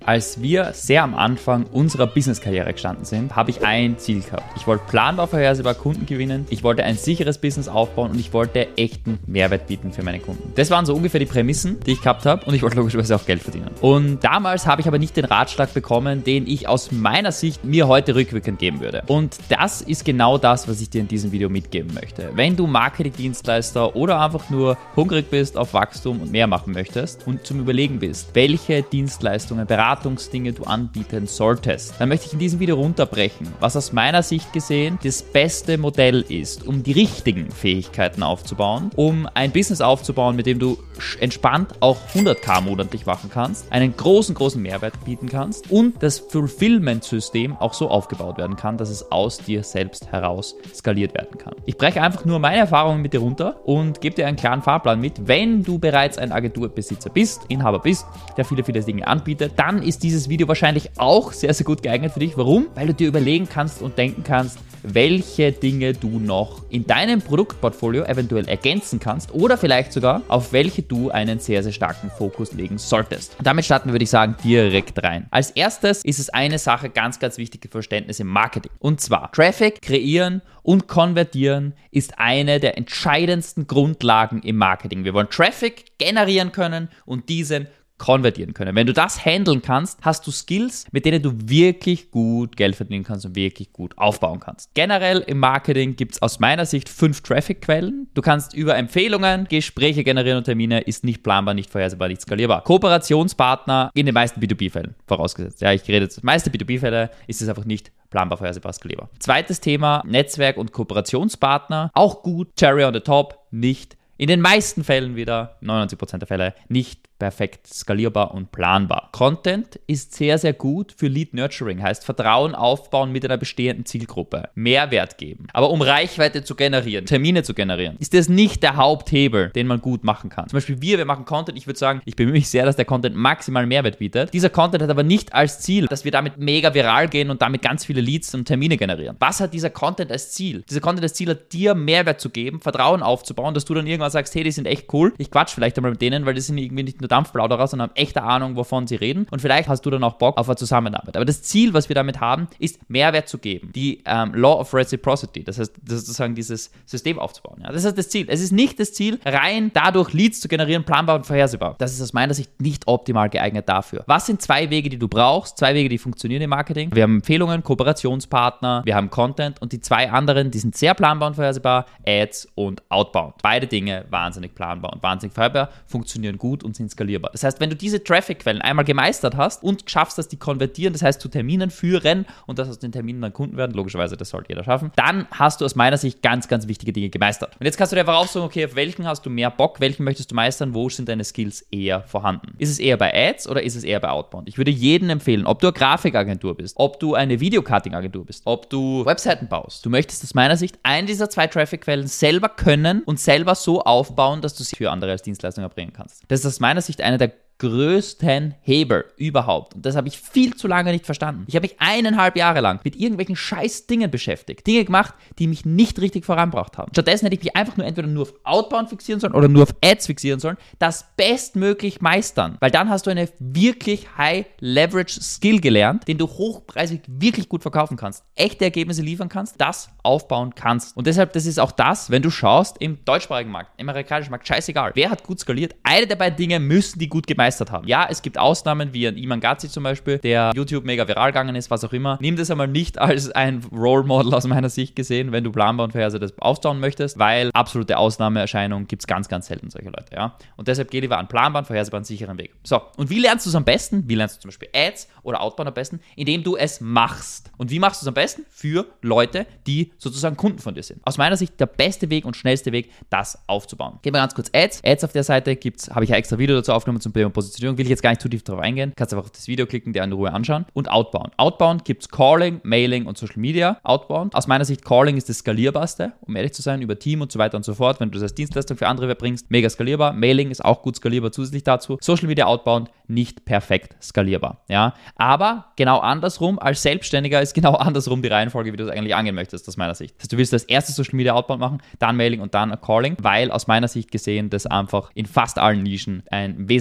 Als wir sehr am Anfang unserer Business-Karriere gestanden sind, habe ich ein Ziel gehabt. Ich wollte planbar vorhersehbar Kunden gewinnen, ich wollte ein sicheres Business aufbauen und ich wollte echten Mehrwert bieten für meine Kunden. Das waren so ungefähr die Prämissen, die ich gehabt habe und ich wollte logischerweise auch Geld verdienen. Und damals habe ich aber nicht den Ratschlag bekommen, den ich aus meiner Sicht mir heute rückwirkend geben würde. Und das ist genau das, was ich dir in diesem Video mitgeben möchte. Wenn du Marketingdienstleister oder einfach nur hungrig bist auf Wachstum und mehr machen möchtest und zum Überlegen bist, welche Dienstleistungen, Beratungsdinge du anbieten solltest, dann möchte ich in diesem Video runterbrechen, was aus meiner Sicht gesehen das beste Modell ist, um die richtigen Fähigkeiten aufzubauen, um ein Business aufzubauen, mit dem du entspannt auch 100.000 monatlich machen kannst, einen großen Mehrwert bieten kannst und das Fulfillment-System auch so aufgebaut werden kann, dass es aus dir selbst heraus skaliert werden kann. Ich breche einfach nur meine Erfahrungen mit dir runter und gebe dir einen klaren Fahrplan mit. Wenn du bereits ein Agenturbesitzer bist, Inhaber bist, der viele Dinge anbietet, dann ist dieses Video wahrscheinlich auch sehr gut geeignet für dich. Warum? Weil du dir überlegen kannst und denken kannst, welche Dinge du noch in deinem Produktportfolio eventuell ergänzen kannst oder vielleicht sogar auf welche du einen sehr starken Fokus legen solltest. Und damit starten wir, würde ich sagen, direkt rein. Als erstes ist es eine Sache ganz wichtige Verständnis im Marketing. Und zwar Traffic kreieren und konvertieren ist eine der entscheidendsten Grundlagen im Marketing. Wir wollen Traffic generieren können und diesen konvertieren können. Wenn du das handeln kannst, hast du Skills, mit denen du wirklich gut Geld verdienen kannst und wirklich gut aufbauen kannst. Generell im Marketing gibt es aus meiner Sicht 5 Traffic-Quellen. Du kannst über Empfehlungen Gespräche generieren und Termine, ist nicht planbar, nicht vorhersehbar, nicht skalierbar. Kooperationspartner in den meisten B2B-Fällen, vorausgesetzt. Ja, ich rede jetzt, meiste B2B-Fälle ist es einfach nicht planbar, vorhersehbar, skalierbar. Zweites Thema, Netzwerk und Kooperationspartner. Auch gut, Cherry on the top, nicht. In den meisten Fällen wieder, 99% der Fälle, nicht perfekt skalierbar und planbar. Content ist sehr gut für Lead Nurturing, heißt Vertrauen aufbauen mit einer bestehenden Zielgruppe, Mehrwert geben. Aber um Reichweite zu generieren, Termine zu generieren, ist das nicht der Haupthebel, den man gut machen kann. Zum Beispiel wir machen Content, ich würde sagen, ich bemühe mich sehr, dass der Content maximal Mehrwert bietet. Dieser Content hat aber nicht als Ziel, dass wir damit mega viral gehen und damit ganz viele Leads und Termine generieren. Was hat dieser Content als Ziel? Dieser Content als Ziel hat dir Mehrwert zu geben, Vertrauen aufzubauen, dass du dann irgendwann sagst, hey, die sind echt cool, ich quatsch vielleicht einmal mit denen, weil die sind irgendwie nicht nur Dampfplauderer, sondern haben echte Ahnung, wovon sie reden und vielleicht hast du dann auch Bock auf eine Zusammenarbeit. Aber das Ziel, was wir damit haben, ist Mehrwert zu geben. Die Law of Reciprocity, das heißt, das ist sozusagen dieses System aufzubauen. Ja? Das ist das Ziel. Es ist nicht das Ziel, rein dadurch Leads zu generieren, planbar und vorhersehbar. Das ist aus meiner Sicht nicht optimal geeignet dafür. Was sind 2 Wege, die du brauchst? 2 Wege, die funktionieren im Marketing. Wir haben Empfehlungen, Kooperationspartner, wir haben Content und die 2 anderen, die sind sehr planbar und vorhersehbar, Ads und Outbound. Beide Dinge wahnsinnig planbar und wahnsinnig vorhersehbar, funktionieren gut und sind skalierbar. Das heißt, wenn du diese Traffic-Quellen einmal gemeistert hast und schaffst, dass die konvertieren, das heißt zu Terminen führen und dass aus den Terminen dann Kunden werden, logischerweise, das sollte jeder schaffen, dann hast du aus meiner Sicht ganz wichtige Dinge gemeistert. Und jetzt kannst du dir einfach aussuchen, okay, auf welchen hast du mehr Bock, welchen möchtest du meistern, wo sind deine Skills eher vorhanden? Ist es eher bei Ads oder ist es eher bei Outbound? Ich würde jedem empfehlen, ob du eine Grafikagentur bist, ob du eine Videocutting-Agentur bist, ob du Webseiten baust. Du möchtest aus meiner Sicht eine dieser 2 Traffic-Quellen selber können und selber so aufbauen, dass du sie für andere als Dienstleistung erbringen kannst. Das ist aus meiner Sicht eine der größten Hebel überhaupt. Und das habe ich viel zu lange nicht verstanden. Ich habe mich 1,5 Jahre lang mit irgendwelchen scheiß Dingen beschäftigt. Dinge gemacht, die mich nicht richtig vorangebracht haben. Stattdessen hätte ich mich einfach nur entweder nur auf Outbound fixieren sollen oder nur auf Ads fixieren sollen, das bestmöglich meistern. Weil dann hast du eine wirklich High-Leverage-Skill gelernt, den du hochpreisig wirklich gut verkaufen kannst, echte Ergebnisse liefern kannst, das aufbauen kannst. Und deshalb, das ist auch das, wenn du schaust, im deutschsprachigen Markt, im amerikanischen Markt, scheißegal, wer hat gut skaliert, eine der beiden Dinge müssen die gut gemeistert haben. Ja, es gibt Ausnahmen, wie ein Iman Gadzhi zum Beispiel, der YouTube mega viral gegangen ist, was auch immer. Nimm das einmal nicht als ein Role Model aus meiner Sicht gesehen, wenn du planbar und vorhersehbar das aufbauen möchtest, weil absolute Ausnahmeerscheinungen gibt es ganz selten solche Leute, ja. Und deshalb geh lieber an planbaren, vorhersehbaren, sicheren Weg. So, und wie lernst du es am besten? Wie lernst du zum Beispiel Ads oder Outbound am besten? Indem du es machst. Und wie machst du es am besten? Für Leute, die sozusagen Kunden von dir sind. Aus meiner Sicht der beste Weg und schnellste Weg, das aufzubauen. Gehen wir ganz kurz Ads. Ads auf der Seite habe ich ja extra Video dazu aufgenommen zum Thema Positionierung. Will ich jetzt gar nicht zu tief darauf eingehen. Kannst einfach auf das Video klicken, dir in Ruhe anschauen. Und Outbound. Outbound gibt es Calling, Mailing und Social Media. Outbound. Aus meiner Sicht Calling ist das skalierbarste, um ehrlich zu sein, über Team und so weiter und so fort. Wenn du das als Dienstleistung für andere bringst, mega skalierbar. Mailing ist auch gut skalierbar zusätzlich dazu. Social Media Outbound nicht perfekt skalierbar. Ja? Aber genau andersrum, als Selbstständiger ist genau andersrum die Reihenfolge, wie du es eigentlich angehen möchtest, aus meiner Sicht. Das heißt, du willst das erste Social Media Outbound machen, dann Mailing und dann Calling, weil aus meiner Sicht gesehen das einfach in fast allen Nischen ein wesentlich einfacher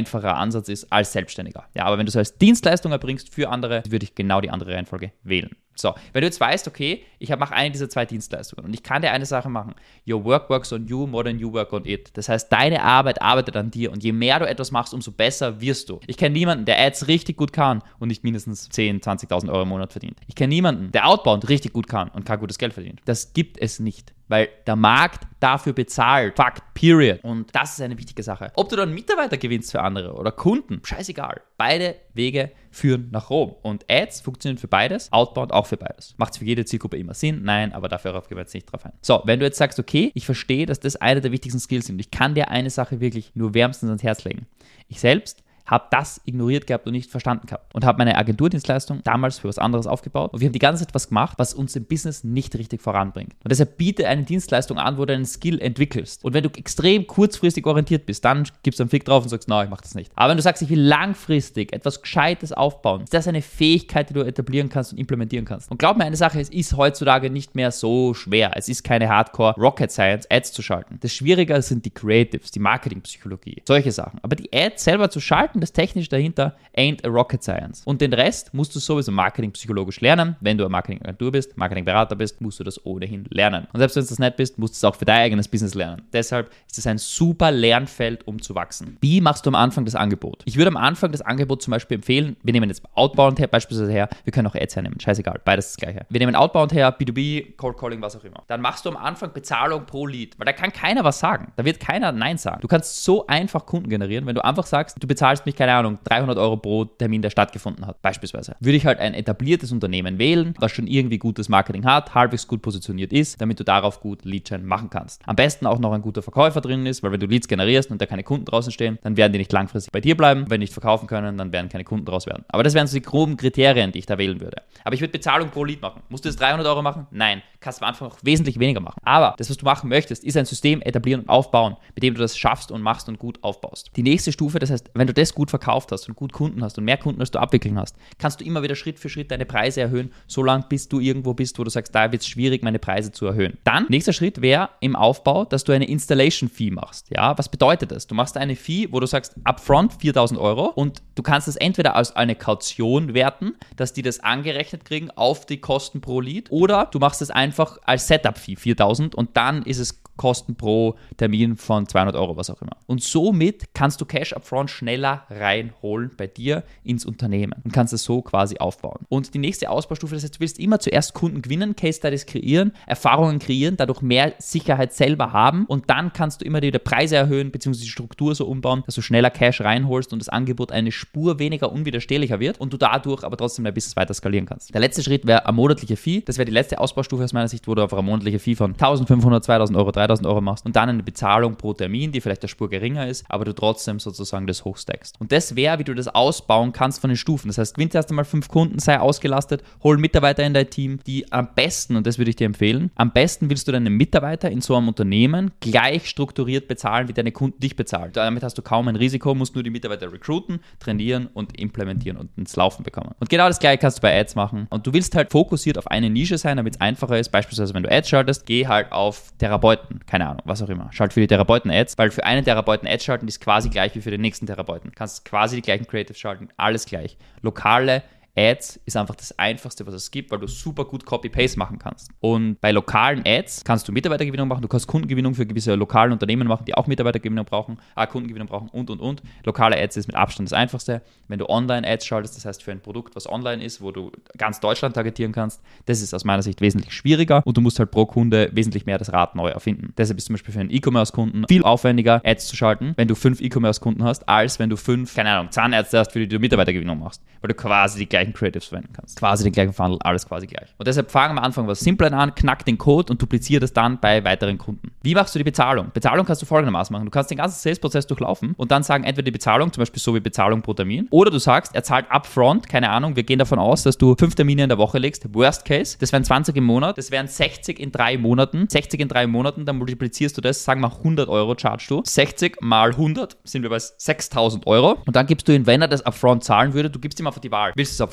einfacher Ansatz ist als Selbstständiger. Ja, aber wenn du es als Dienstleistung erbringst für andere, würde ich genau die andere Reihenfolge wählen. So, wenn du jetzt weißt, okay, ich mache eine dieser 2 Dienstleistungen und ich kann dir eine Sache machen. Your work works on you more than you work on it. Das heißt, deine Arbeit arbeitet an dir und je mehr du etwas machst, umso besser wirst du. Ich kenne niemanden, der Ads richtig gut kann und nicht mindestens 10.000, 20.000 Euro im Monat verdient. Ich kenne niemanden, der Outbound richtig gut kann und kein gutes Geld verdient. Das gibt es nicht. Weil der Markt dafür bezahlt. Fakt, period. Und das ist eine wichtige Sache. Ob du dann Mitarbeiter gewinnst für andere oder Kunden, scheißegal. Beide Wege führen nach Rom. Und Ads funktionieren für beides, Outbound auch für beides. Macht es für jede Zielgruppe immer Sinn? Nein, aber dafür gehen wir jetzt nicht drauf ein. So, wenn du jetzt sagst, okay, ich verstehe, dass das eine der wichtigsten Skills sind und ich kann dir eine Sache wirklich nur wärmstens ans Herz legen. Ich selbst habe das ignoriert gehabt und nicht verstanden gehabt und habe meine Agenturdienstleistung damals für was anderes aufgebaut und wir haben die ganze Zeit was gemacht, was uns im Business nicht richtig voranbringt. Und deshalb biete eine Dienstleistung an, wo du einen Skill entwickelst. Und wenn du extrem kurzfristig orientiert bist, dann gibst du einen Fick drauf und sagst, nein, ich mache das nicht. Aber wenn du sagst, ich will langfristig etwas Gescheites aufbauen, ist das eine Fähigkeit, die du etablieren kannst und implementieren kannst. Und glaub mir eine Sache, es ist heutzutage nicht mehr so schwer. Es ist keine Hardcore Rocket Science, Ads zu schalten. Das Schwierige sind die Creatives, die Marketingpsychologie, solche Sachen. Aber die Ads selber zu schalten, das Technische dahinter ain't a rocket science. Und den Rest musst du sowieso marketingpsychologisch lernen. Wenn du eine Marketingagentur bist, Marketingberater bist, musst du das ohnehin lernen. Und selbst wenn du das nicht bist, musst du es auch für dein eigenes Business lernen. Deshalb ist es ein super Lernfeld, um zu wachsen. Wie machst du am Anfang das Angebot? Ich würde am Anfang das Angebot zum Beispiel empfehlen, wir nehmen jetzt Outbound her, beispielsweise her, wir können auch Ads hernehmen, scheißegal, beides das gleiche. Wir nehmen Outbound her, B2B, Cold Calling, was auch immer. Dann machst du am Anfang Bezahlung pro Lead, weil da kann keiner was sagen. Da wird keiner Nein sagen. Du kannst so einfach Kunden generieren, wenn du einfach sagst, du bezahlst mich, keine Ahnung, 300 Euro pro Termin, der stattgefunden hat, beispielsweise. Würde ich halt ein etabliertes Unternehmen wählen, was schon irgendwie gutes Marketing hat, halbwegs gut positioniert ist, damit du darauf gut Lead-Gen machen kannst. Am besten auch noch ein guter Verkäufer drin ist, weil wenn du Leads generierst und da keine Kunden draußen stehen, dann werden die nicht langfristig bei dir bleiben. Wenn nicht verkaufen können, dann werden keine Kunden draus werden. Aber das wären so die groben Kriterien, die ich da wählen würde. Aber ich würde Bezahlung pro Lead machen. Musst du jetzt 300 Euro machen? Nein. Kannst du am Anfang auch wesentlich weniger machen. Aber das, was du machen möchtest, ist ein System etablieren und aufbauen, mit dem du das schaffst und machst und gut aufbaust. Die nächste Stufe, das heißt, wenn du das gut verkauft hast und gut Kunden hast und mehr Kunden, als du abwickeln hast, kannst du immer wieder Schritt für Schritt deine Preise erhöhen, solange bis du irgendwo bist, wo du sagst, da wird es schwierig, meine Preise zu erhöhen. Dann, nächster Schritt wäre im Aufbau, dass du eine Installation-Fee machst. Ja, was bedeutet das? Du machst eine Fee, wo du sagst, upfront 4.000 Euro und du kannst das entweder als eine Kaution werten, dass die das angerechnet kriegen auf die Kosten pro Lead, oder du machst es einfach als Setup-Fee 4.000 und dann ist es Kosten pro Termin von 200 Euro, was auch immer. Und somit kannst du Cash upfront schneller reinholen bei dir ins Unternehmen und kannst es so quasi aufbauen. Und die nächste Ausbaustufe, das heißt, du willst immer zuerst Kunden gewinnen, Case Studies kreieren, Erfahrungen kreieren, dadurch mehr Sicherheit selber haben und dann kannst du immer wieder Preise erhöhen, beziehungsweise die Struktur so umbauen, dass du schneller Cash reinholst und das Angebot eine Spur weniger unwiderstehlicher wird und du dadurch aber trotzdem dein Business weiter skalieren kannst. Der letzte Schritt wäre eine monatliche Fee. Das wäre die letzte Ausbaustufe aus meiner Sicht, wo du auf eine monatliche Fee von 1.500, 2.000 Euro, 3.000 Euro machst und dann eine Bezahlung pro Termin, die vielleicht eine Spur geringer ist, aber du trotzdem sozusagen das hochstackst. Und das wäre, wie du das ausbauen kannst von den Stufen. Das heißt, gewinn erst einmal 5 Kunden, sei ausgelastet, hol Mitarbeiter in dein Team, die am besten, und das würde ich dir empfehlen, am besten willst du deine Mitarbeiter in so einem Unternehmen gleich strukturiert bezahlen, wie deine Kunden dich bezahlen. Damit hast du kaum ein Risiko, musst nur die Mitarbeiter recruiten, trainieren und implementieren und ins Laufen bekommen. Und genau das gleiche kannst du bei Ads machen. Und du willst halt fokussiert auf eine Nische sein, damit es einfacher ist. Beispielsweise, wenn du Ads schaltest, geh halt auf Therapeuten, keine Ahnung, was auch immer. Schalt für die Therapeuten Ads, weil für einen Therapeuten Ads schalten ist quasi gleich wie für den nächsten Therapeuten. Kannst quasi die gleichen Creatives schalten, alles gleich. Lokale Ads ist einfach das Einfachste, was es gibt, weil du super gut Copy-Paste machen kannst. Und bei lokalen Ads kannst du Mitarbeitergewinnung machen, du kannst Kundengewinnung für gewisse lokale Unternehmen machen, die auch Mitarbeitergewinnung brauchen, Kundengewinnung brauchen und. Lokale Ads ist mit Abstand das Einfachste. Wenn du Online-Ads schaltest, das heißt für ein Produkt, was online ist, wo du ganz Deutschland targetieren kannst, das ist aus meiner Sicht wesentlich schwieriger und du musst halt pro Kunde wesentlich mehr das Rad neu erfinden. Deshalb ist zum Beispiel für einen E-Commerce-Kunden viel aufwendiger, Ads zu schalten, wenn du 5 E-Commerce-Kunden hast, als wenn du 5, keine Ahnung, Zahnärzte hast, für die du Mitarbeitergewinnung machst, weil du quasi die gleichen Creatives verwenden kannst. Quasi den gleichen Funnel, alles quasi gleich. Und deshalb fangen wir am Anfang was Simples an, knack den Code und dupliziere das dann bei weiteren Kunden. Wie machst du die Bezahlung? Bezahlung kannst du folgendermaßen machen. Du kannst den ganzen Sales-Prozess durchlaufen und dann sagen, entweder die Bezahlung, zum Beispiel so wie Bezahlung pro Termin, oder du sagst, er zahlt upfront, keine Ahnung, wir gehen davon aus, dass du 5 Termine in der Woche legst, Worst Case, das wären 20 im Monat, das wären 60 in 3 Monaten, 60 in 3 Monaten, dann multiplizierst du das, sagen wir 100 Euro charge du, 60 mal 100 sind wir bei 6.000 Euro und dann gibst du ihm, wenn er das upfront zahlen würde, du gibst ihm einfach die Wahl. Willst du es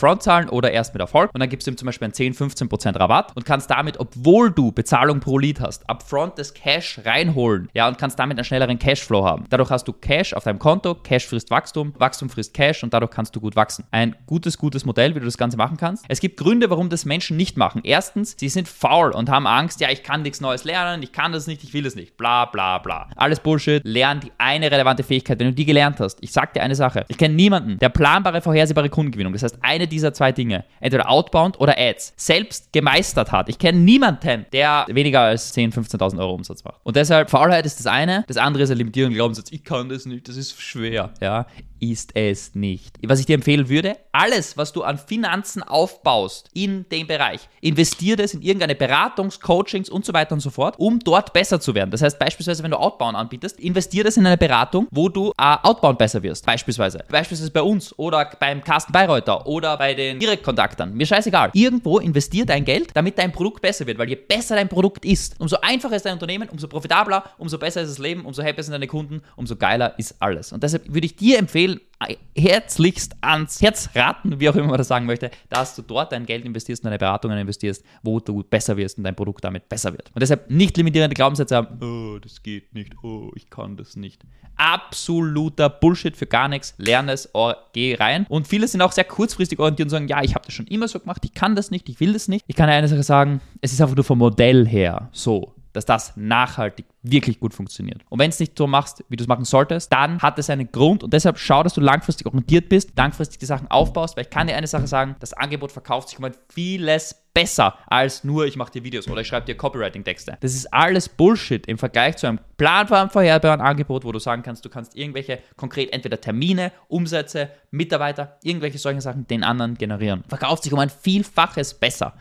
upfront zahlen oder erst mit Erfolg. Und dann gibst du ihm zum Beispiel einen 10-15% Rabatt und kannst damit, obwohl du Bezahlung pro Lead hast, upfront das Cash reinholen. Ja, und kannst damit einen schnelleren Cashflow haben. Dadurch hast du Cash auf deinem Konto, Cash frisst Wachstum, Wachstum frisst Cash und dadurch kannst du gut wachsen. Ein gutes Modell, wie du das Ganze machen kannst. Es gibt Gründe, warum das Menschen nicht machen. Erstens, sie sind faul und haben Angst, ja, ich kann nichts Neues lernen, ich kann das nicht, ich will es nicht, bla bla bla. Alles Bullshit. Lern die eine relevante Fähigkeit. Wenn du die gelernt hast, ich sag dir eine Sache, ich kenne niemanden, der planbare, vorhersehbare Kundengewinnung, das heißt eine dieser zwei Dinge, entweder Outbound oder Ads, selbst gemeistert hat. Ich kenne niemanden, der weniger als 10.000, 15.000 Euro Umsatz macht. Und deshalb, Faulheit ist das eine, das andere ist ein limitierender Glaubenssatz, ich kann das nicht, das ist schwer, ja, ist es nicht. Was ich dir empfehlen würde, alles, was du an Finanzen aufbaust in dem Bereich, investiere das in irgendeine Beratungs-, Coachings und so weiter und so fort, um dort besser zu werden. Das heißt beispielsweise, wenn du Outbound anbietest, investiere das in eine Beratung, wo du Outbound besser wirst. Beispielsweise bei uns oder beim Carsten Bayreuther oder bei den Direktkontaktern. Mir scheißegal. Irgendwo investiere dein Geld, damit dein Produkt besser wird, weil je besser dein Produkt ist, umso einfacher ist dein Unternehmen, umso profitabler, umso besser ist das Leben, umso happier sind deine Kunden, umso geiler ist alles. Und deshalb würde ich dir empfehlen, herzlichst ans Herz raten, wie auch immer man das sagen möchte, dass du dort dein Geld investierst, in deine Beratungen investierst, wo du besser wirst und dein Produkt damit besser wird. Und deshalb nicht limitierende Glaubenssätze haben, oh, das geht nicht, oh, ich kann das nicht. Absoluter Bullshit für gar nichts, lerne es, geh rein. Und viele sind auch sehr kurzfristig orientiert und sagen, ja, ich habe das schon immer so gemacht, ich kann das nicht, ich will das nicht. Ich kann eine Sache sagen, es ist einfach nur vom Modell her so, dass das nachhaltig wirklich gut funktioniert. Und wenn es nicht so machst, wie du es machen solltest, dann hat es einen Grund und deshalb schau, dass du langfristig orientiert bist, langfristig die Sachen aufbaust, weil ich kann dir eine Sache sagen, das Angebot verkauft sich um ein vieles besser als nur, ich mache dir Videos oder ich schreibe dir Copywriting-Texte. Das ist alles Bullshit im Vergleich zu einem planbaren, vorherbaren Angebot, wo du sagen kannst, du kannst irgendwelche konkret entweder Termine, Umsätze, Mitarbeiter, irgendwelche solchen Sachen den anderen generieren. Verkauft sich um ein Vielfaches besser.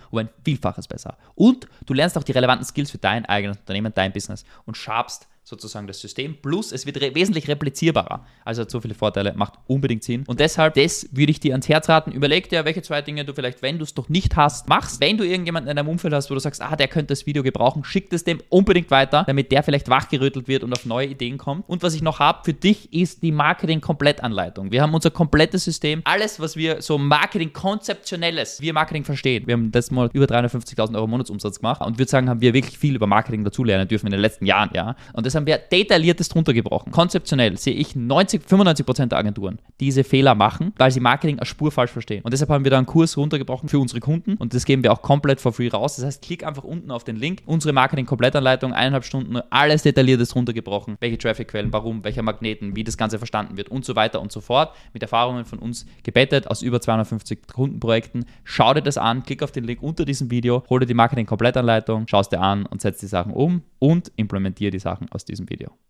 Und du lernst auch die relevanten Skills für dein eigenes Unternehmen, dein Business und sharpst sozusagen das System. Plus, es wird wesentlich replizierbarer. Also hat so viele Vorteile, macht unbedingt Sinn. Und deshalb, das würde ich dir ans Herz raten. Überleg dir, welche zwei Dinge du vielleicht, wenn du es noch nicht hast, machst. Wenn du irgendjemanden in deinem Umfeld hast, wo du sagst, der könnte das Video gebrauchen, schick es dem unbedingt weiter, damit der vielleicht wachgerüttelt wird und auf neue Ideen kommt. Und was ich noch habe für dich, ist die Marketing-Komplettanleitung. Wir haben unser komplettes System, alles, was wir so Marketing-Konzeptionelles, wir Marketing verstehen. Wir haben das mal über 350.000 Euro Monatsumsatz gemacht und würde sagen, haben wir wirklich viel über Marketing dazulernen dürfen in den letzten Jahren, ja. Und das haben wir detailliertes drunter gebrochen. Konzeptionell sehe ich 95% der Agenturen diese Fehler machen, weil sie Marketing als Spur falsch verstehen. Und deshalb haben wir da einen Kurs runtergebrochen für unsere Kunden und das geben wir auch komplett for free raus. Das heißt, klick einfach unten auf den Link. Unsere Marketing-Komplettanleitung, 1,5 Stunden, alles detailliertes runtergebrochen. Welche Traffic-Quellen, warum, welche Magneten, wie das Ganze verstanden wird und so weiter und so fort. Mit Erfahrungen von uns gebettet aus über 250 Kundenprojekten. Schau dir das an, klick auf den Link unter diesem Video, hol dir die Marketing-Komplettanleitung, schau es dir an und setz die Sachen um und implementiere die Sachen aus diesem Video.